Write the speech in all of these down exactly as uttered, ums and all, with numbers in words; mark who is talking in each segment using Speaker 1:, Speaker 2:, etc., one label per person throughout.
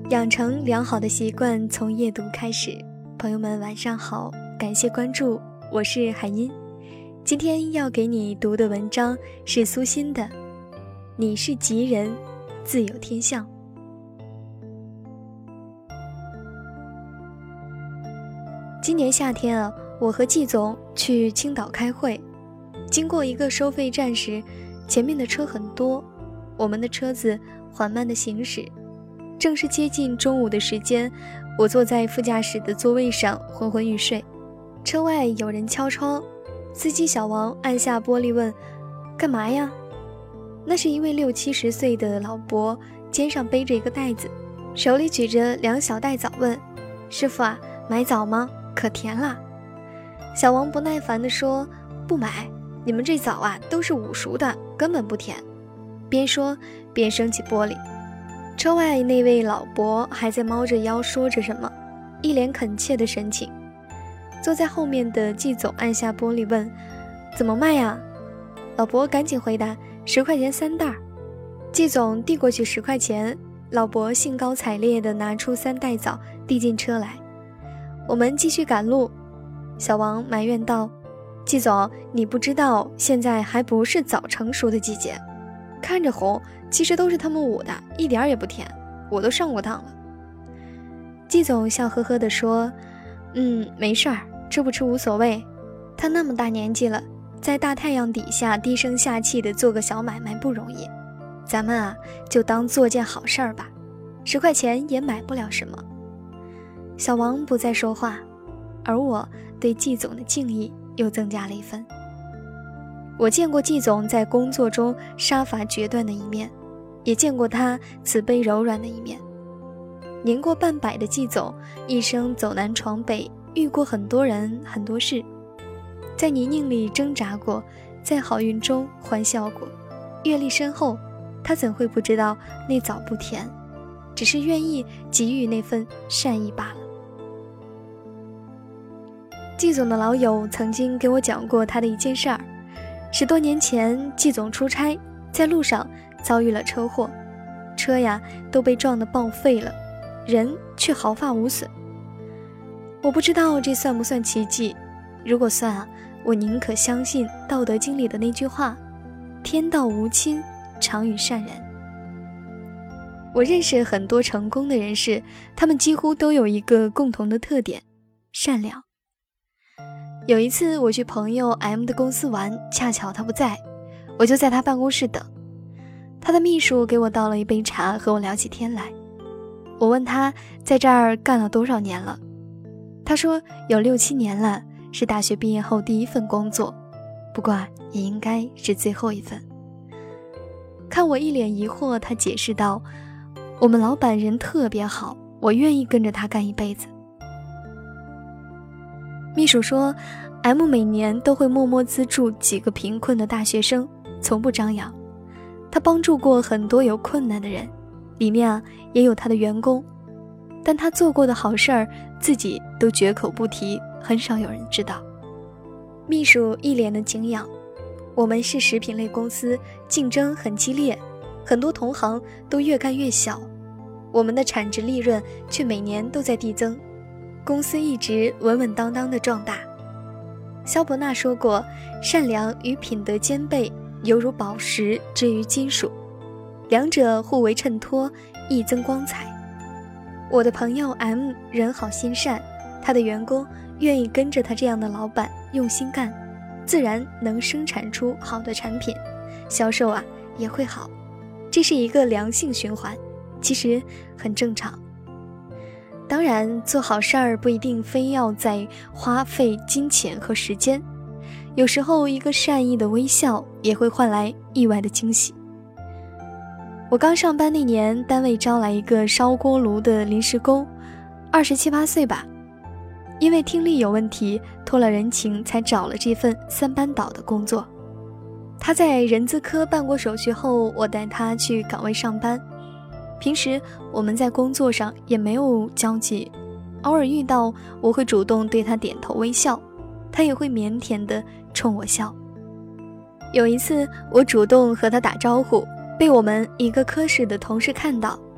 Speaker 1: 养成良好的习惯，从夜读开始。朋友们晚上好，感谢关注，我是海音。今天要给你读的文章是苏欣的《你是吉人，自有天相》。今年夏天啊，我和季总去青岛开会，经过一个收费站时，前面的车很多，我们的车子缓慢地行驶。正是接近中午的时间，我坐在副驾驶的座位上昏昏欲睡。车外有人敲窗，司机小王按下玻璃问：干嘛呀？那是一位六七十岁的老伯，肩上背着一个袋子，手里举着两小袋枣，问：师傅啊，买枣吗？可甜啦。小王不耐烦地说：不买，你们这枣啊都是午熟的，根本不甜。边说边升起玻璃。车外那位老伯还在猫着腰说着什么，一脸恳切的神情。坐在后面的季总按下玻璃问：怎么卖呀？老伯赶紧回答：十块钱三袋。季总递过去十块钱，老伯兴高采烈地拿出三袋枣递进车来。我们继续赶路。小王埋怨道：季总，你不知道现在还不是枣成熟的季节，看着红，其实都是他们捂的，一点也不甜，我都上过当了。季总笑呵呵地说：嗯，没事儿，吃不吃无所谓。他那么大年纪了，在大太阳底下低声下气地做个小买卖不容易，咱们啊就当做件好事儿吧，十块钱也买不了什么。小王不再说话，而我对季总的敬意又增加了一分。我见过季总在工作中杀伐决断的一面，也见过他慈悲柔软的一面。年过半百的季总，一生走南闯北，遇过很多人很多事，在泥泞里挣扎过，在好运中欢笑过。阅历深厚，他怎会不知道那枣不甜，只是愿意给予那份善意罢了。季总的老友曾经给我讲过他的一件事儿。十多年前，季总出差，在路上遭遇了车祸，车呀都被撞得报废了，人却毫发无损。我不知道这算不算奇迹，如果算啊，我宁可相信《道德经》里的那句话：天道无亲，常与善人。我认识很多成功的人士，他们几乎都有一个共同的特点：善良。有一次我去朋友 M 的公司玩，恰巧他不在，我就在他办公室等。他的秘书给我倒了一杯茶，和我聊起天来。我问他在这儿干了多少年了，他说有六七年了，是大学毕业后第一份工作，不过也应该是最后一份。看我一脸疑惑，他解释道：我们老板人特别好，我愿意跟着他干一辈子。秘书说 M 每年都会默默资助几个贫困的大学生，从不张扬。他帮助过很多有困难的人，里面啊也有他的员工，但他做过的好事儿自己都绝口不提，很少有人知道。秘书一脸的敬仰。我们是食品类公司，竞争很激烈，很多同行都越干越小，我们的产值利润却每年都在递增，公司一直稳稳当当的壮大。萧伯纳说过，善良与品德兼备，犹如宝石置于金属，两者互为衬托，亦增光彩。我的朋友 M 人好心善，他的员工愿意跟着他这样的老板用心干，自然能生产出好的产品，销售啊也会好，这是一个良性循环，其实很正常。当然，做好事儿不一定非要在花费金钱和时间，有时候一个善意的微笑也会换来意外的惊喜。我刚上班那年，单位招来一个烧锅炉的临时工，二十七八岁吧，因为听力有问题，托了人情才找了这份三班倒的工作。他在人资科办过手续后，我带他去岗位上班。平时我们在工作上也没有交集，偶尔遇到我会主动对他点头微笑，他也会腼腆地冲我笑。有一次我主动和他打招呼，被我们一个科室的同事看到，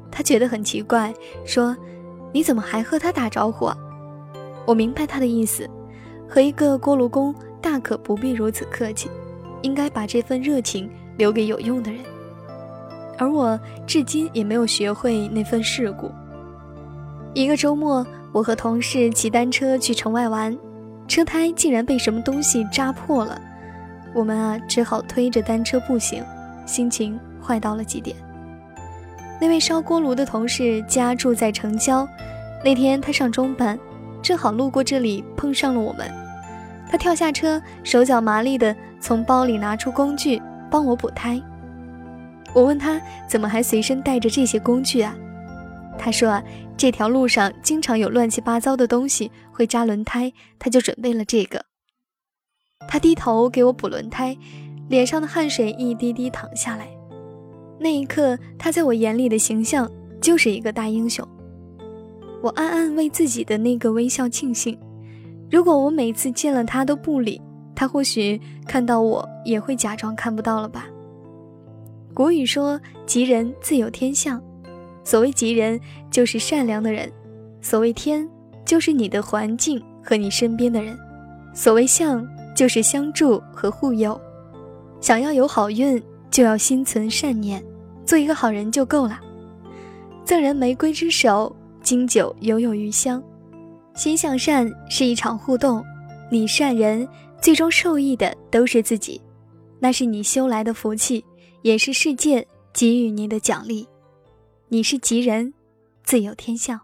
Speaker 1: 他觉得很奇怪，说你怎么还和他打招呼啊？我明白他的意思，和一个锅炉工大可不必如此客气，应该把这份热情留给有用的人。而我至今也没有学会那份世故。一个周末，我和同事骑单车去城外玩，车胎竟然被什么东西扎破了，我们啊只好推着单车步行，心情坏到了极点。那位烧锅炉的同事家住在城郊，那天他上中班，正好路过这里碰上了我们。他跳下车，手脚麻利地从包里拿出工具帮我补胎。我问他怎么还随身带着这些工具啊？他说啊，这条路上经常有乱七八糟的东西会扎轮胎，他就准备了这个。他低头给我补轮胎，脸上的汗水一滴滴淌下来。那一刻，他在我眼里的形象就是一个大英雄。我暗暗为自己的那个微笑庆幸，如果我每次见了他都不理，他或许看到我也会假装看不到了吧。古语说吉人自有天相，所谓吉人就是善良的人，所谓天就是你的环境和你身边的人，所谓相就是相助和护佑。想要有好运，就要心存善念，做一个好人就够了。赠人玫瑰之手，经久犹有余香。心向善是一场互动，你善人，最终受益的都是自己，那是你修来的福气，也是世界给予你的奖励。你是吉人，自有天相。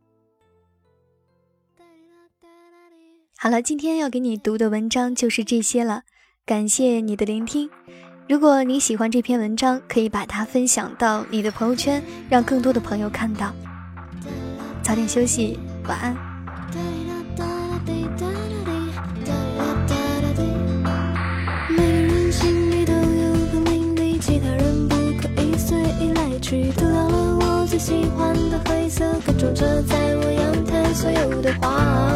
Speaker 1: 好了，今天要给你读的文章就是这些了，感谢你的聆听。如果你喜欢这篇文章，可以把它分享到你的朋友圈，让更多的朋友看到。早点休息，晚安。每个人心里都有个领地，其他人不可以随意来去。读到了我最喜欢的灰色，各种着在我阳台所有的花。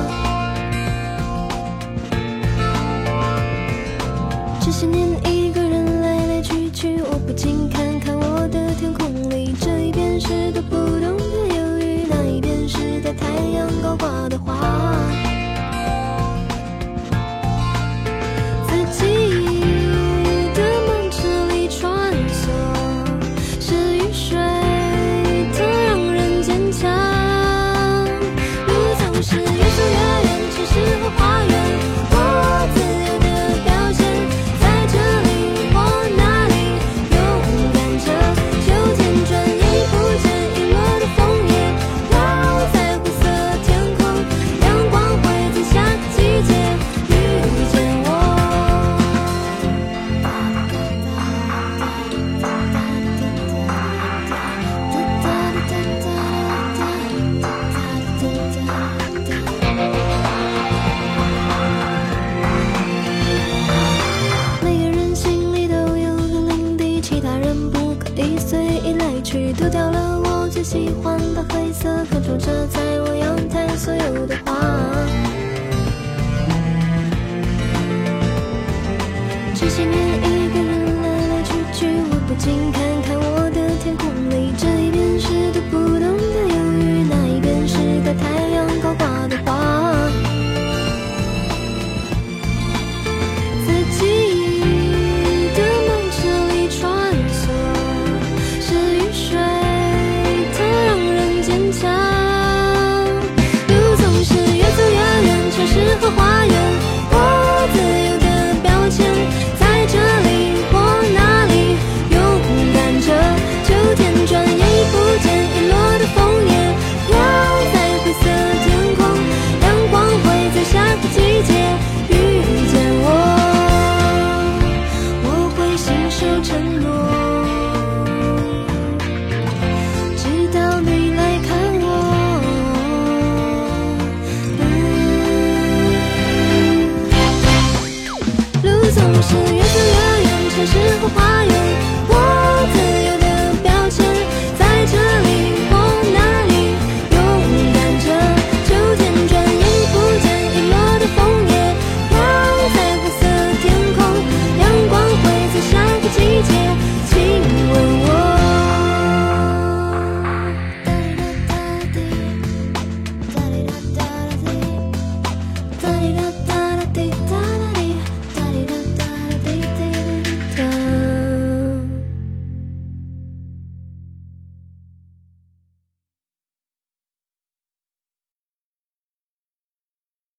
Speaker 1: 这些年一个人来来去去，我不禁看看我的天空里，这一边是都不懂的忧郁，那一边是在太阳高挂的花。在记忆的梦池里穿梭，是雨水它让人坚强。路总是越走越远，城市和花园，我自由的表现。丢掉了我最喜欢的黑色，看出这在